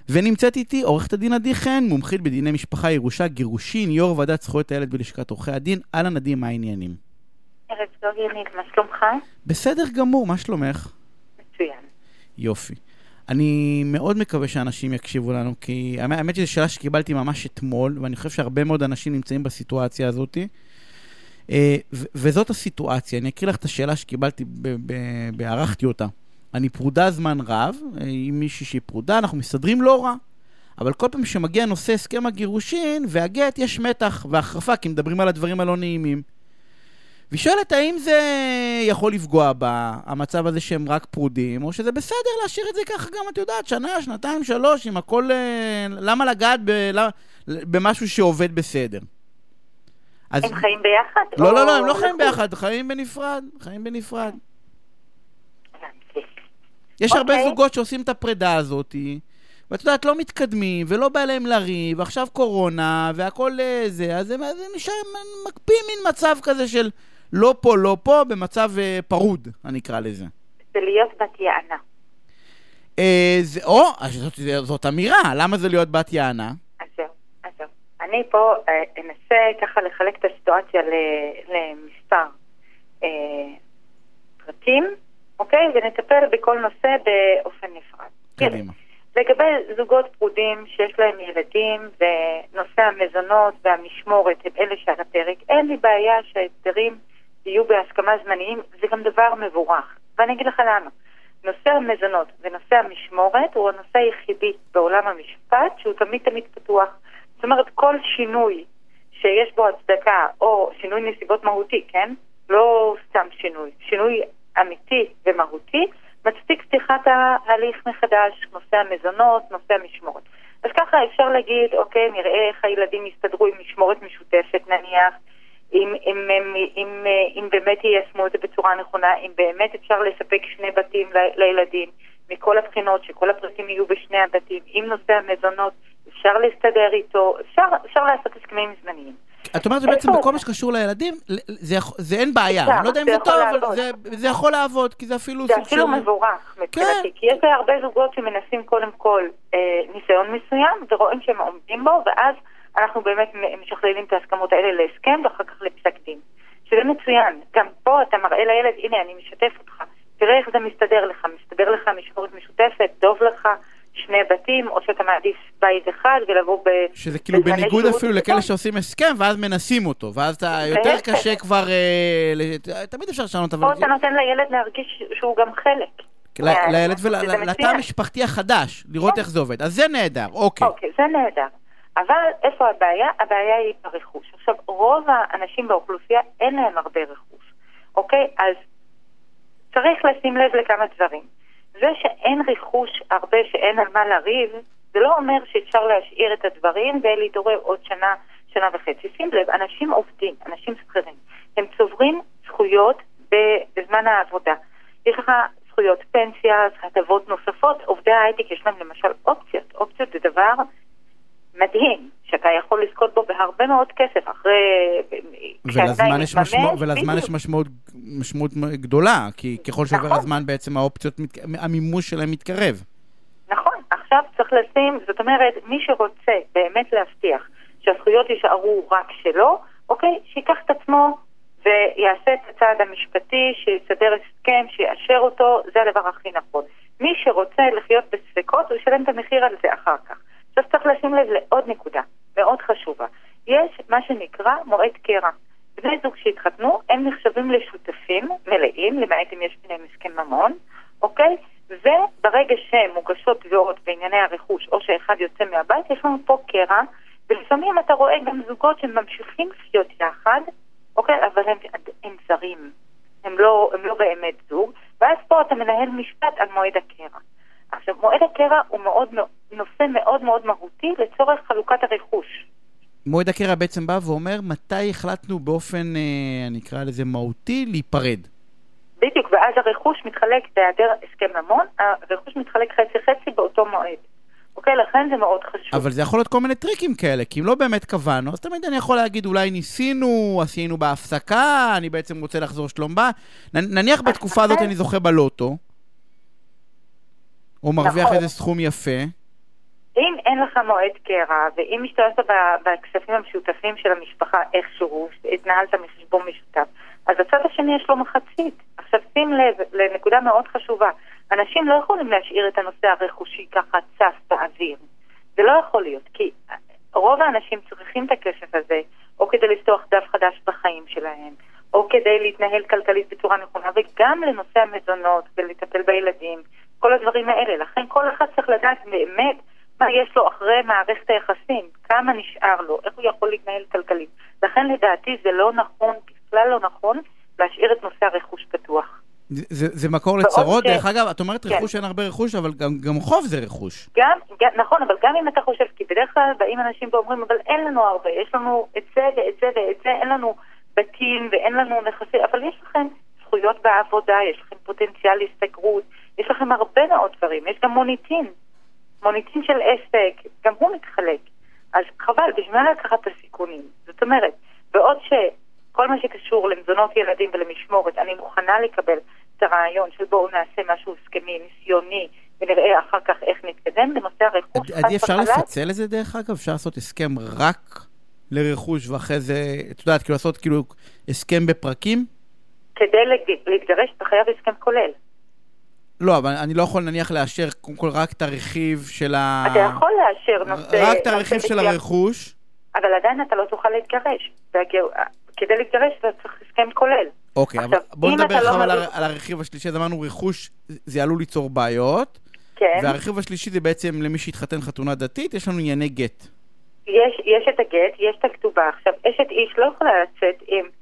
ונמצאת איתי עורכת הדין עדי חן, מומחית בדיני משפחה, ירושה, גירושין, יו"ר ועדת זכויות הילד בלשכת עורכי הדין. אהלן עדי, מה העניינים? ערב טוב יניב, מה שלומך? בסדר גמור, מה שלומך? מצוין. יופי. אני מאוד מקווה שאנשים יקשיבו לנו, כי האמת שזו שאלה שקיבלתי ממש אתמול, ואני חושב שהרבה מאוד אנשים נמצאים בסיטואציה הזאת, וזאת הסיטואציה. אני אקריא לך את השאלה שקיבלתי, בערכתי אותה. אני פרודה זמן רב, עם מישהי שהיא פרודה, אנחנו מסתדרים לא רע, אבל כל פעם שמגיע נושא הסכם הגירושין והגט, יש מתח והחרפה, כי מדברים על הדברים הלא נעימים. והיא שואלת, האם זה יכול לפגוע בה, המצב הזה שהם רק פרודים, או שזה בסדר להשאיר את זה ככה גם, את יודעת, שנה, שנתיים, 3, עם הכל, למה לגעת במשהו שעובד בסדר? הם חיים ביחד? לא, הם לא חיים ביחד, חיים בנפרד. יש הרבה זוגות שעושים את הפרידה הזאת, ואת יודעת, לא מתקדמים, ולא בא להם לריב, ועכשיו קורונה, והכל זה, אז הם מקפיאים מין מצב כזה של לא פה, במצב פרוד, אני אקרא לזה. זה להיות בת יענה. זאת אמירה, למה זה להיות בת יענה? אז זהו. אני פה אנסה ככה לחלק את הסיטואציה למספר פרטים, אוקיי? ונטפל בכל נושא באופן נפרד. קדימה. לגבי זוגות פרודים שיש להם ילדים ונושא המזונות והמשמורת הם אלה שעל הפרק, אין לי בעיה שההסדרים יהיו בהסכמה זמניים, זה גם דבר מבורך. ואני אגיד לך למה. נושא המזונות ונושא המשמורת הוא הנושא היחידי בעולם המשפט שהוא תמיד פתוח. זאת אומרת, כל שינוי שיש בו הצדקה או שינוי נסיבות מהותי, כן? לא סתם שינוי אמיתי ומהותי, מצדיק פתיחת ההליך מחדש, נושא המזונות, נושא המשמורת. אז ככה אפשר להגיד, אוקיי, נראה איך הילדים יסתדרו עם משמורת משותפת, נניח, אם באמת יישמו את זה בצורה נכונה, אם באמת אפשר לספק 2 בתים לילדים, מכל הבחינות, שכל הפרטים יהיו בשני הבתים, עם נושא המזונות, אפשר להסתדר איתו, אפשר לעשות הסכמים זמניים. את אומרת שבעצם בכל מה שקשור לילדים, זה אין בעיה. אני לא יודע אם זה טוב, אבל זה יכול לעבוד, כי זה אפילו... זה אפילו מבורך, מבחינתי. כי יש הרבה זוגות שמנסים קודם כל ניסיון מסוים, ורואים שהם עומדים בו, ואז אנחנו באמת משכללים את ההסכמות האלה להסכם, ואחר כך לפסק דין. שזה מצוין. גם פה אתה מראה לילד, הנה, אני משתף אותך. תראה איך זה מסתדר לך משמורת משותפת, טוב לך, 2 בתים, או שאתה מעדיף בית אחד ולבוא שזה כאילו בניגוד אפילו לכאלה שעושים הסכם, ואז מנסים אותו, ואז אתה יותר קשה כבר, תמיד אפשר לשנות, אבל... פה אתה נותן לילד להרגיש שהוא גם חלק. לילד ולתא המשפחתי החדש, לראות איך זה עובד. אז זה נהדר, אוקיי. אוקיי, זה נהדר. אבל איפה הבעיה? הבעיה היא ברכוש. עכשיו, רוב האנשים באוכלוסייה אין להם הרבה רכוש. אוקיי? אז צריך לשים לב לכמה דברים. זה שאין רכוש הרבה, שאין על מה לריב, זה לא אומר שאפשר להשאיר את הדברים ולהתעורר עוד שנה וחצי. שים לב, אנשים עובדים, אנשים שכירים. הם צוברים זכויות בזמן העבודה. יש לך זכויות פנסיה, הטבות נוספות. עובדי ההייטק יש להם למשל אופציות. אופציות זה דבר מדהים, שאתה יכול לזכות בו בהרבה מאוד כסף אחרי... ולזמן יש משמעות גדולה, כי ככל שעובר הזמן בעצם האופציות, המימוש שלהם מתקרב. נכון, עכשיו צריך לשים, זאת אומרת, מי שרוצה באמת להבטיח שהזכויות יישארו רק שלו, אוקיי, שיקח את עצמו ויעשה את הצעד המשפטי, שיסדר הסכם, שיאשר אותו, זה הדבר הכי נכון. מי שרוצה לחיות בספקות, הוא ישלם את המחיר על זה אחר כך. עכשיו צריך לשים לב לעוד נקודה, מאוד חשובה. יש מה שנקרא מועד קרע. בני זוג שהתחתנו, הם נחשבים לשותפים מלאים, למעט אם יש ביניהם הסכם ממון, אוקיי? וברגע שהם מוגשות תביעות בענייני הרכוש, או שאחד יוצא מהבית, יש לנו פה קרע, ולפעמים אתה רואה גם זוגות שממשיכים לחיות יחד, אוקיי? אבל הם זרים. הם לא באמת זוג, ואז פה אתה מנהל משפט על מועד הקרע. עכשיו, מועד הקרע הוא נושא מאוד מאוד מהותי לצורך חלוקת הרכוש. מועד הקרע בעצם בא ואומר מתי החלטנו באופן, אני אקרא לזה מהותי, להיפרד. בדיוק, ואז הרכוש מתחלק בהיעדר הסכם ממון, הרכוש מתחלק חצי באותו מועד. אוקיי, לכן זה מאוד חשוב. אבל זה יכול להיות כל מיני טריקים כאלה, כי אם לא באמת קבענו, אז תמיד אני יכול להגיד, אולי ניסינו, עשינו בהפסקה, אני בעצם רוצה לחזור שלום בה. נניח בתקופה הזאת אני זוכה בלוטו, או מרוויח איזה סכום יפה. אם אין לך מועד קרע, ואם השתמשת בכספים המשותפים של המשפחה איכשהו, התנהלת מחשבון משותף, אז הצד השני יש לו מחצית. עכשיו שים לב לנקודה מאוד חשובה. אנשים לא יכולים להשאיר את הנושא הרכושי ככה צף באוויר. זה לא יכול להיות, כי רוב האנשים צריכים את הכסף הזה, או כדי לפתוח דף חדש בחיים שלהם, או כדי להתנהל כלכלית בצורה נכונה, וגם לנושא המזונות ולטפל בילדים, כל הדברים האלה. לכן כל אחד צריך לדעת באמת מה יש לו אחרי מערכת היחסים, כמה נשאר לו, איך הוא יכול להתנהל כלכלית. לכן לדעתי זה לא נכון, בכלל לא נכון, להשאיר את נושא הרכוש פתוח. זה מקור לצרות, דרך אגב, את אומרת רכוש, אין הרבה רכוש, אבל גם חוב זה רכוש. נכון, אבל גם אם אתה חושב, כי בדרך כלל באים אנשים ואומרים, אבל אין לנו הרבה, יש לנו את זה ואת זה ואת זה, אין לנו בתים ואין לנו נכסים, אבל יש לכם זכויות בעבודה, יש לכם פוטנציאל להסתגרות, יש לכם הרבה מאוד דברים, יש גם מוניטין של עסק, גם הוא מתחלק. אז חבל, בשביל לקחת את הסיכונים. זאת אומרת, בעוד שכל מה שקשור למזונות ילדים ולמשמורת, אני מוכנה לקבל את הרעיון של בואו נעשה משהו הסכמי, ניסיוני, ונראה אחר כך איך נתקדם בנושא הרכוש. עדי, אפשר לפצל את זה דרך אגב? אפשר לעשות הסכם רק לרכוש, ואחרי זה, את יודעת, כאילו לעשות כאילו הסכם בפרקים? כדי להתגרש, אתה חייב הסכם כולל. לא, אבל אני לא יכול נניח לאשר קודם כל רק את הרכיב של אתה יכול לאשר נושא... רק את הרכיב של הרכוש. אבל עדיין אתה לא תוכל להתגרש. כדי להתגרש אתה צריך הסכם כולל. אוקיי, אבל בואו נדבר עכשיו על הרכיב השלישי. אז אמרנו רכוש זה עלול ליצור בעיות. כן. והרכיב השלישי זה בעצם למי שהתחתן חתונה דתית, יש לנו ענייני גט. יש את הגט, יש את הכתובה. עכשיו, אשת איש לא יכולה לצאת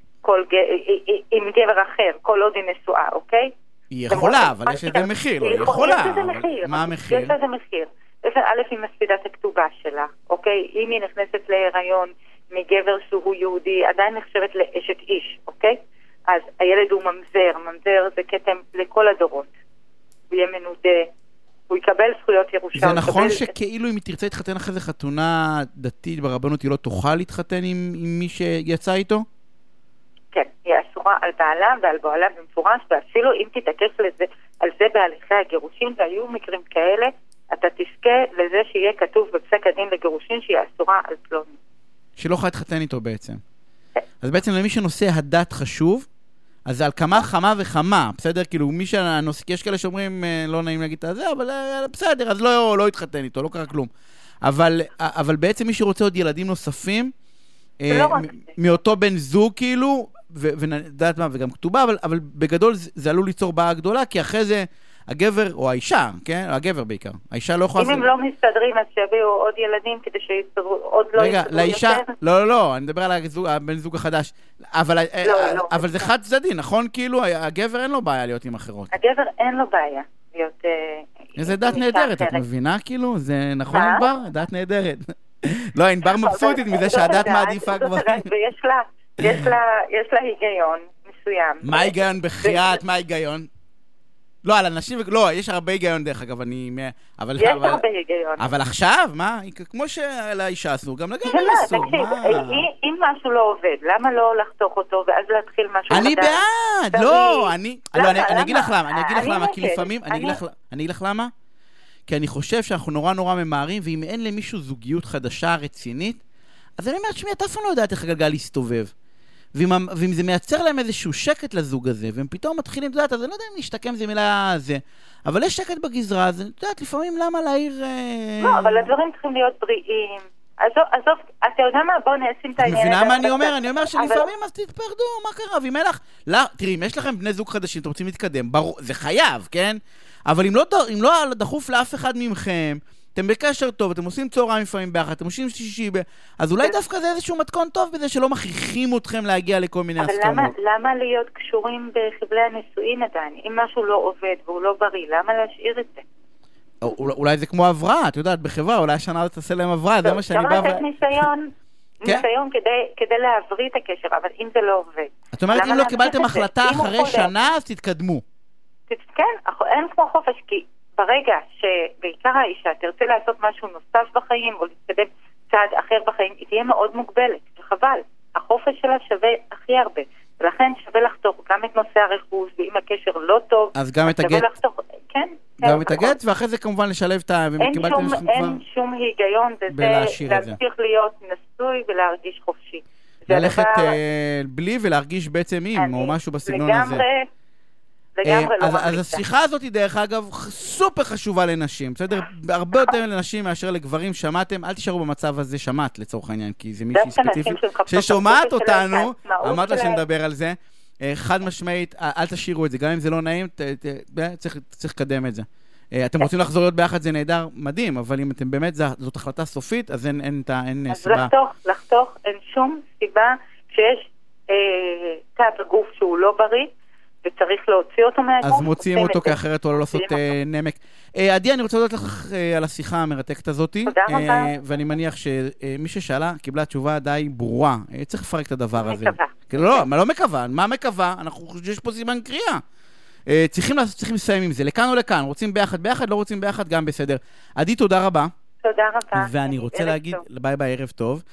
עם גבר אחר, כל עוד היא נשואה, אוקיי? היא יכולה, אבל יש לזה מחיר, היא יכולה. יש לזה מחיר. מה המחיר? יש לזה מחיר. א', היא מספידה את הכתובה שלה, אוקיי? אם היא נכנסת להיריון מגבר שהוא יהודי, עדיין נחשבת לאשת איש, אוקיי? אז הילד הוא ממזר זה כתם לכל הדורות. הוא יהיה מנודה, הוא יקבל זכויות ירושה. זה נכון שכאילו אם היא תרצה להתחתן אחרי זה חתונה דתית ברבנות, היא לא תוכל להתחתן עם מי שיצא איתו? כן, היא אסורה על בעלה ועל בעלה במפורש, ואפילו אם תתעקש על זה בהליכי הגירושין, והיו מקרים כאלה, אתה תזכה לזה שיהיה כתוב בפסק הדין לגירושין שהיא אסורה על פלוני. שהיא לא יכולה להתחתן איתו בעצם. אז בעצם למי שנושא הדת חשוב, אז על כמה חמה וחמה, בסדר? כאילו מי שנושא, יש כאלה שאומרים, לא נעים להגיד את זה, אבל בסדר, אז לא התחתן איתו, לא קרה כלום. אבל בעצם מי שרוצה עוד ילדים נוספים, מאותו בן זוג כאילו, ודעת מה, וגם כתובה, אבל בגדול זה עלול ליצור בעיה גדולה, כי אחרי זה הגבר או האישה, כן? הגבר בעיקר. האישה לא יכולה... אם הם לא מסתדרים, אז שיביאו עוד ילדים כדי שיסתדרו, עוד לא יסתדרו יותר. רגע, לאישה... לא, אני מדבר על הבן זוג החדש. אבל זה חד צדדי, נכון? כאילו, הגבר אין לו בעיה להיות עם אחרות. הגבר אין לו בעיה להיות... איזה דת נהדרת, את מבינה כאילו? זה נכון ענבר? דת נהדרת. לא, ענבר מבסוטית מזה שהדת מעדיפה גברים. ויש לה היגיון מסוים. מה ההיגיון בחייאת? מה ההיגיון? לא, על אנשים, לא, יש הרבה היגיון דרך אגב, יש הרבה היגיון. אבל עכשיו, מה? כמו שלאישה אסור, גם לגבר אסור. אם משהו לא עובד, למה לא לחתוך אותו ואז להתחיל משהו חדש? אני בעד, לא, אני אגיד לך למה, כי לפעמים, אני אגיד לך למה, כי אני חושב שאנחנו נורא ממהרים, ואם אין למישהו זוגיות חדשה רצינית, אז אני אומרת, שמי, אתה אף פעם לא יודעת איך הגלגל להסתובב. ואם זה מייצר להם איזשהו שקט לזוג הזה, והם פתאום מתחילים, אתה יודעת, אז אני לא יודע אם להשתקם זה מילה זה, אבל יש שקט בגזרה, אז אתה יודעת, לפעמים למה להעיר... לא, אבל הדברים צריכים להיות בריאים. עזוב, אתה יודע מה? בואו נשים את העניין. מבינה מה אני אומר? אני אומר שלפעמים אז תתפרדו, מה קרה? ואם אין לך... תראי, אם יש לכם בני זוג חדשים, אתם רוצים להתקדם, זה חייב, כן? אבל אם לא דחוף לאף אחד ממכם, אתם בקשר טוב, אתם עושים צהריים לפעמים ביחד, אתם עושים שישי, אז אולי דווקא זה איזשהו מתכון טוב בזה שלא מכריחים אתכם להגיע לכל מיני הסכמות. אבל למה להיות קשורים בחבלי הנישואין עדיין? אם משהו לא עובד והוא לא בריא, למה להשאיר את זה? אולי זה כמו עברה, את יודעת, בחברה, אולי השנה תעשה להם עברה, זה מה שאני בא... גם לתת ניסיון כדי להבריא את הקשר, אבל אם זה לא עובד... את אומרת, אם לא קיבלתם החלטה אחרי שנה, אז תתקדמו. כן, אין כמו חופש, כי ברגע שבעיקר האישה תרצה לעשות משהו נוסף בחיים, או להתקדם צעד אחר בחיים, היא תהיה מאוד מוגבלת, וחבל. החופש שלה שווה הכי הרבה. ולכן שווה לחתוך גם את נושא הרכוש, ואם הקשר לא טוב, אז גם את הגט. כן. גם את הגט, ואחרי זה כמובן לשלב את ה... אין שום היגיון בזה להמשיך להיות נשוי ולהרגיש חופשי. ללכת בלי ולהרגיש בעצם עם, או משהו בסגנון הזה. לגמרי לא ממליצה. אז השיחה הזאת היא דרך אגב סופר חשובה לנשים, בסדר? הרבה יותר לנשים מאשר לגברים. שמעתם, אל תישארו במצב הזה, שמעת לצורך העניין, כי זה מישהי ספציפית ששומעת אותנו, אמרת לה שנדבר על זה, חד משמעית, אל תשאירו את זה, גם אם זה לא נעים, צריך לקדם את זה. אתם רוצים לחזור להיות ביחד, זה נהדר, מדהים, אבל אם אתם באמת, זאת החלטה סופית, אז אין סיבה. אז לחתוך, אין שום סיבה שיש תא בגוף שהוא לא בריא, וצריך להוציא אותו מהגוף. אז מוציאים אותו, כי אחרת הוא לא לעשות נמק. עדי, אני רוצה לדעת לך על השיחה המרתקת הזאת. תודה רבה. ואני מניח שמי ששאלה קיבלה תשובה די ברורה. צריך לפרק את הדבר הזה. מקווה. לא מקווה. מה מקווה? אנחנו חושבים שיש פה סימן קריאה. צריכים לסיים עם זה. לכאן או לכאן. רוצים ביחד, לא רוצים ביחד, גם בסדר. עדי, תודה רבה. תודה רבה. ואני רוצה להגיד, ביי ביי, ערב טוב.